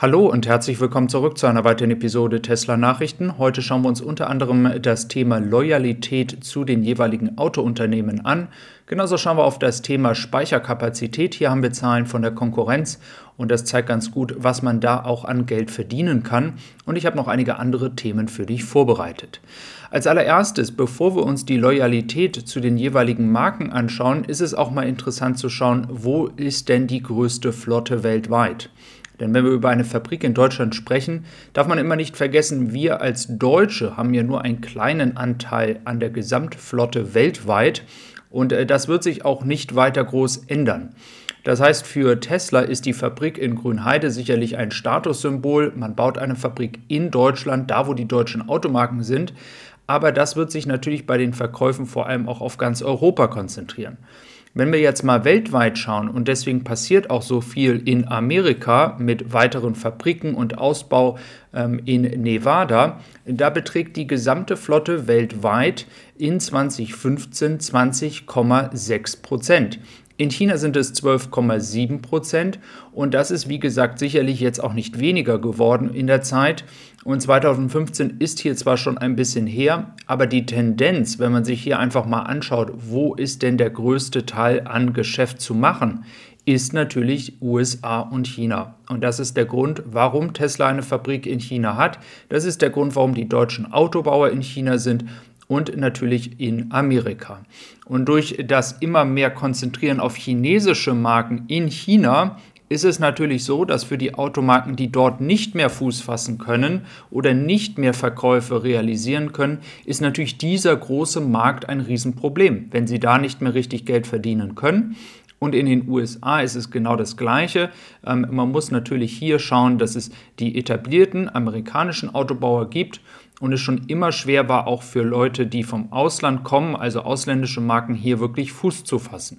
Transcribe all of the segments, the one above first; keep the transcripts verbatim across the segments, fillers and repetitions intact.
Hallo und herzlich willkommen zurück zu einer weiteren Episode Tesla Nachrichten. Heute schauen wir uns unter anderem das Thema Loyalität zu den jeweiligen Autounternehmen an. Genauso schauen wir auf das Thema Speicherkapazität. Hier haben wir Zahlen von der Konkurrenz und das zeigt ganz gut, was man da auch an Geld verdienen kann. Und ich habe noch einige andere Themen für dich vorbereitet. Als allererstes, bevor wir uns die Loyalität zu den jeweiligen Marken anschauen, ist es auch mal interessant zu schauen, wo ist denn die größte Flotte weltweit? Denn wenn wir über eine Fabrik in Deutschland sprechen, darf man immer nicht vergessen, wir als Deutsche haben ja nur einen kleinen Anteil an der Gesamtflotte weltweit und äh, das wird sich auch nicht weiter groß ändern. Das heißt, für Tesla ist die Fabrik in Grünheide sicherlich ein Statussymbol. Man baut eine Fabrik in Deutschland, da wo die deutschen Automarken sind, aber das wird sich natürlich bei den Verkäufen vor allem auch auf ganz Europa konzentrieren. Wenn wir jetzt mal weltweit schauen, und deswegen passiert auch so viel in Amerika mit weiteren Fabriken und Ausbau ähm, in Nevada, da beträgt die gesamte Flotte weltweit in zwanzig fünfzehn zwanzig Komma sechs Prozent. In China sind es zwölf Komma sieben Prozent und das ist wie gesagt sicherlich jetzt auch nicht weniger geworden in der Zeit. Und zwanzig fünfzehn ist hier zwar schon ein bisschen her, aber die Tendenz, wenn man sich hier einfach mal anschaut, wo ist denn der größte Teil an Geschäft zu machen, ist natürlich U S A und China. Und das ist der Grund, warum Tesla eine Fabrik in China hat. Das ist der Grund, warum die deutschen Autobauer in China sind. Und natürlich in Amerika. Und durch das immer mehr Konzentrieren auf chinesische Marken in China ist es natürlich so, dass für die Automarken, die dort nicht mehr Fuß fassen können oder nicht mehr Verkäufe realisieren können, ist natürlich dieser große Markt ein Riesenproblem, wenn sie da nicht mehr richtig Geld verdienen können. Und in den U S A ist es genau das Gleiche. Ähm, man muss natürlich hier schauen, dass es die etablierten amerikanischen Autobauer gibt und es schon immer schwer war, auch für Leute, die vom Ausland kommen, also ausländische Marken, hier wirklich Fuß zu fassen.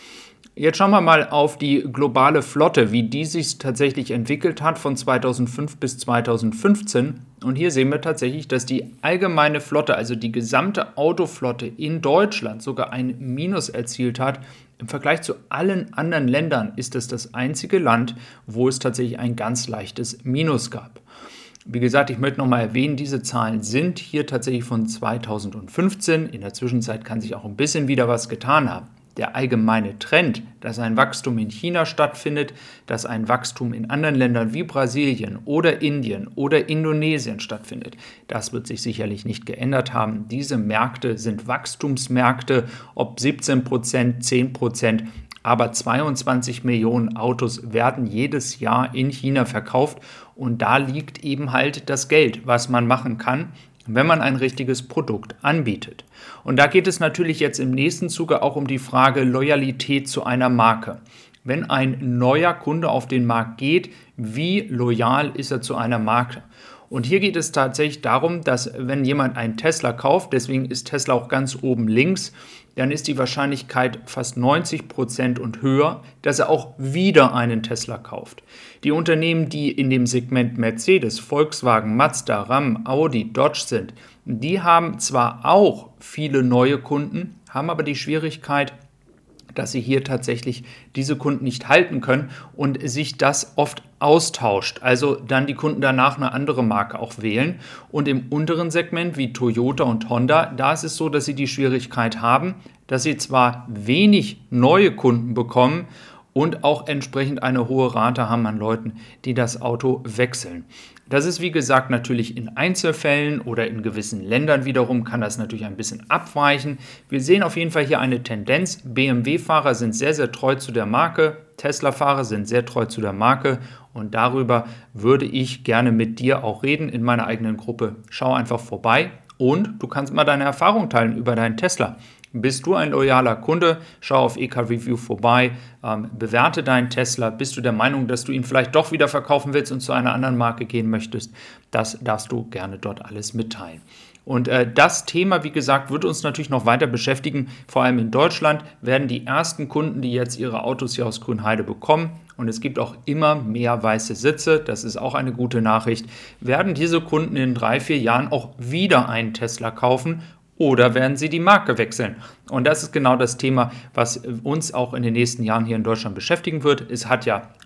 Jetzt schauen wir mal auf die globale Flotte, wie die sich tatsächlich entwickelt hat von zweitausendfünf bis zweitausendfünfzehn. Und hier sehen wir tatsächlich, dass die allgemeine Flotte, also die gesamte Autoflotte in Deutschland sogar ein Minus erzielt hat. Im Vergleich zu allen anderen Ländern ist es das einzige Land, wo es tatsächlich ein ganz leichtes Minus gab. Wie gesagt, ich möchte nochmal erwähnen, diese Zahlen sind hier tatsächlich von zweitausendfünfzehn. In der Zwischenzeit kann sich auch ein bisschen wieder was getan haben. Der allgemeine Trend, dass ein Wachstum in China stattfindet, dass ein Wachstum in anderen Ländern wie Brasilien oder Indien oder Indonesien stattfindet, das wird sich sicherlich nicht geändert haben. Diese Märkte sind Wachstumsmärkte, ob siebzehn Prozent, zehn Prozent, aber zweiundzwanzig Millionen Autos werden jedes Jahr in China verkauft und da liegt eben halt das Geld, was man machen kann, wenn man ein richtiges Produkt anbietet. Und da geht es natürlich jetzt im nächsten Zuge auch um die Frage Loyalität zu einer Marke. Wenn ein neuer Kunde auf den Markt geht, wie loyal ist er zu einer Marke? Und hier geht es tatsächlich darum, dass wenn jemand einen Tesla kauft, deswegen ist Tesla auch ganz oben links, dann ist die Wahrscheinlichkeit fast neunzig Prozent und höher, dass er auch wieder einen Tesla kauft. Die Unternehmen, die in dem Segment Mercedes, Volkswagen, Mazda, Ram, Audi, Dodge sind, die haben zwar auch viele neue Kunden, haben aber die Schwierigkeit, dass sie hier tatsächlich diese Kunden nicht halten können und sich das oft austauscht. Also dann die Kunden danach eine andere Marke auch wählen. Und im unteren Segment wie Toyota und Honda, da ist es so, dass sie die Schwierigkeit haben, dass sie zwar wenig neue Kunden bekommen und auch entsprechend eine hohe Rate haben an Leuten, die das Auto wechseln. Das ist wie gesagt natürlich in Einzelfällen oder in gewissen Ländern wiederum kann das natürlich ein bisschen abweichen. Wir sehen auf jeden Fall hier eine Tendenz. B M W-Fahrer sind sehr, sehr treu zu der Marke. Tesla-Fahrer sind sehr treu zu der Marke und darüber würde ich gerne mit dir auch reden in meiner eigenen Gruppe. Schau einfach vorbei und du kannst mal deine Erfahrung teilen über deinen Tesla. Bist du ein loyaler Kunde? Schau auf E K Review vorbei, ähm, bewerte deinen Tesla. Bist du der Meinung, dass du ihn vielleicht doch wieder verkaufen willst und zu einer anderen Marke gehen möchtest? Das darfst du gerne dort alles mitteilen. Und äh, das Thema, wie gesagt, wird uns natürlich noch weiter beschäftigen. Vor allem in Deutschland werden die ersten Kunden, die jetzt ihre Autos hier aus Grünheide bekommen, und es gibt auch immer mehr weiße Sitze, das ist auch eine gute Nachricht, werden diese Kunden in drei, vier Jahren auch wieder einen Tesla kaufen oder werden sie die Marke wechseln? Und das ist genau das Thema, was uns auch in den nächsten Jahren hier in Deutschland beschäftigen wird. Es hat ja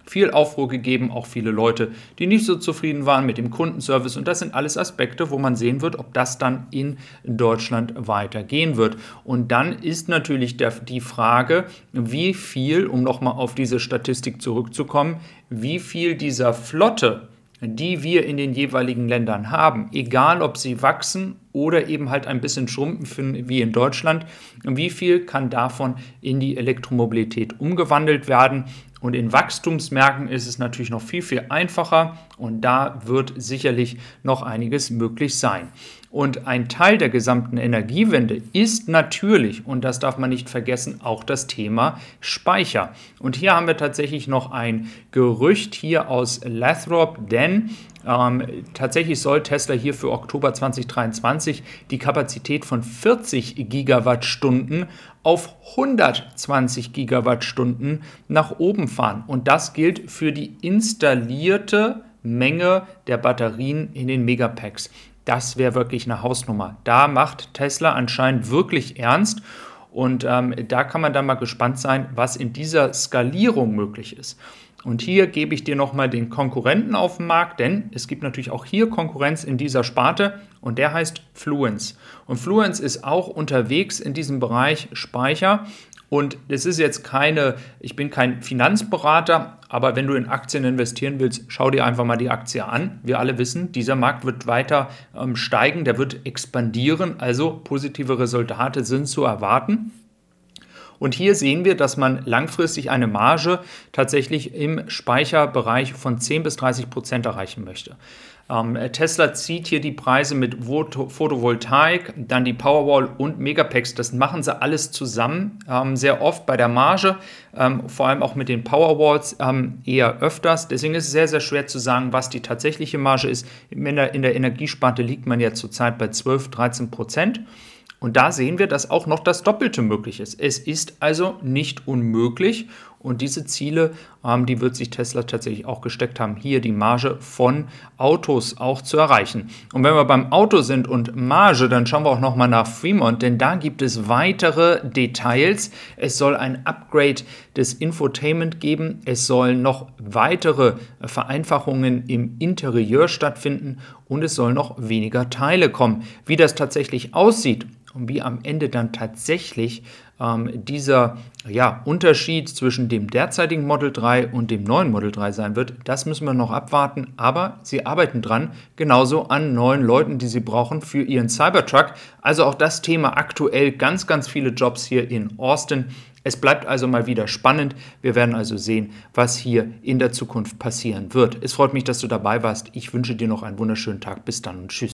viel Aufruhr gegeben, auch viele Leute, die nicht so zufrieden waren mit dem Kundenservice. Und das sind alles Aspekte, wo man sehen wird, ob das dann in Deutschland weitergehen wird. Und dann ist natürlich der, die Frage, wie viel, um nochmal auf diese Statistik zurückzukommen, wie viel dieser Flotte, die wir in den jeweiligen Ländern haben, egal ob sie wachsen oder eben halt ein bisschen schrumpfen wie in Deutschland, wie viel kann davon in die Elektromobilität umgewandelt werden? Und in Wachstumsmärkten ist es natürlich noch viel, viel einfacher und da wird sicherlich noch einiges möglich sein. Und ein Teil der gesamten Energiewende ist natürlich, und das darf man nicht vergessen, auch das Thema Speicher. Und hier haben wir tatsächlich noch ein Gerücht hier aus Lathrop, denn ähm, tatsächlich soll Tesla hier für Oktober zwanzig dreiundzwanzig die Kapazität von vierzig Gigawattstunden auf hundertzwanzig Gigawattstunden nach oben fahren. Und das gilt für die installierte Menge der Batterien in den Megapacks. Das wäre wirklich eine Hausnummer. Da macht Tesla anscheinend wirklich ernst und ähm, da kann man dann mal gespannt sein, was in dieser Skalierung möglich ist. Und hier gebe ich dir nochmal den Konkurrenten auf den Markt, denn es gibt natürlich auch hier Konkurrenz in dieser Sparte und der heißt Fluence. Und Fluence ist auch unterwegs in diesem Bereich Speicher. Und es ist jetzt keine, ich bin kein Finanzberater, aber wenn du in Aktien investieren willst, schau dir einfach mal die Aktie an. Wir alle wissen, dieser Markt wird weiter ähm, steigen, der wird expandieren, also positive Resultate sind zu erwarten. Und hier sehen wir, dass man langfristig eine Marge tatsächlich im Speicherbereich von zehn bis dreißig Prozent erreichen möchte. Ähm, Tesla zieht hier die Preise mit Photovoltaik, dann die Powerwall und Megapacks. Das machen sie alles zusammen, ähm, sehr oft bei der Marge, ähm, vor allem auch mit den Powerwalls ähm, eher öfters. Deswegen ist es sehr, sehr schwer zu sagen, was die tatsächliche Marge ist. In der, in der Energiesparte liegt man ja zurzeit bei zwölf, dreizehn Prozent. Und da sehen wir, dass auch noch das Doppelte möglich ist. Es ist also nicht unmöglich und diese Ziele, ähm, die wird sich Tesla tatsächlich auch gesteckt haben, hier die Marge von Autos auch zu erreichen. Und wenn wir beim Auto sind und Marge, dann schauen wir auch nochmal nach Fremont, denn da gibt es weitere Details. Es soll ein Upgrade des Infotainment geben, es sollen noch weitere Vereinfachungen im Interieur stattfinden und es sollen noch weniger Teile kommen. Wie das tatsächlich aussieht und wie am Ende dann tatsächlich ähm, dieser ja, Unterschied zwischen dem derzeitigen Model drei und dem neuen Model drei sein wird, das müssen wir noch abwarten. Aber sie arbeiten dran, genauso an neuen Leuten, die sie brauchen für ihren Cybertruck. Also auch das Thema aktuell ganz, ganz viele Jobs hier in Austin. Es bleibt also mal wieder spannend. Wir werden also sehen, was hier in der Zukunft passieren wird. Es freut mich, dass du dabei warst. Ich wünsche dir noch einen wunderschönen Tag. Bis dann und tschüss.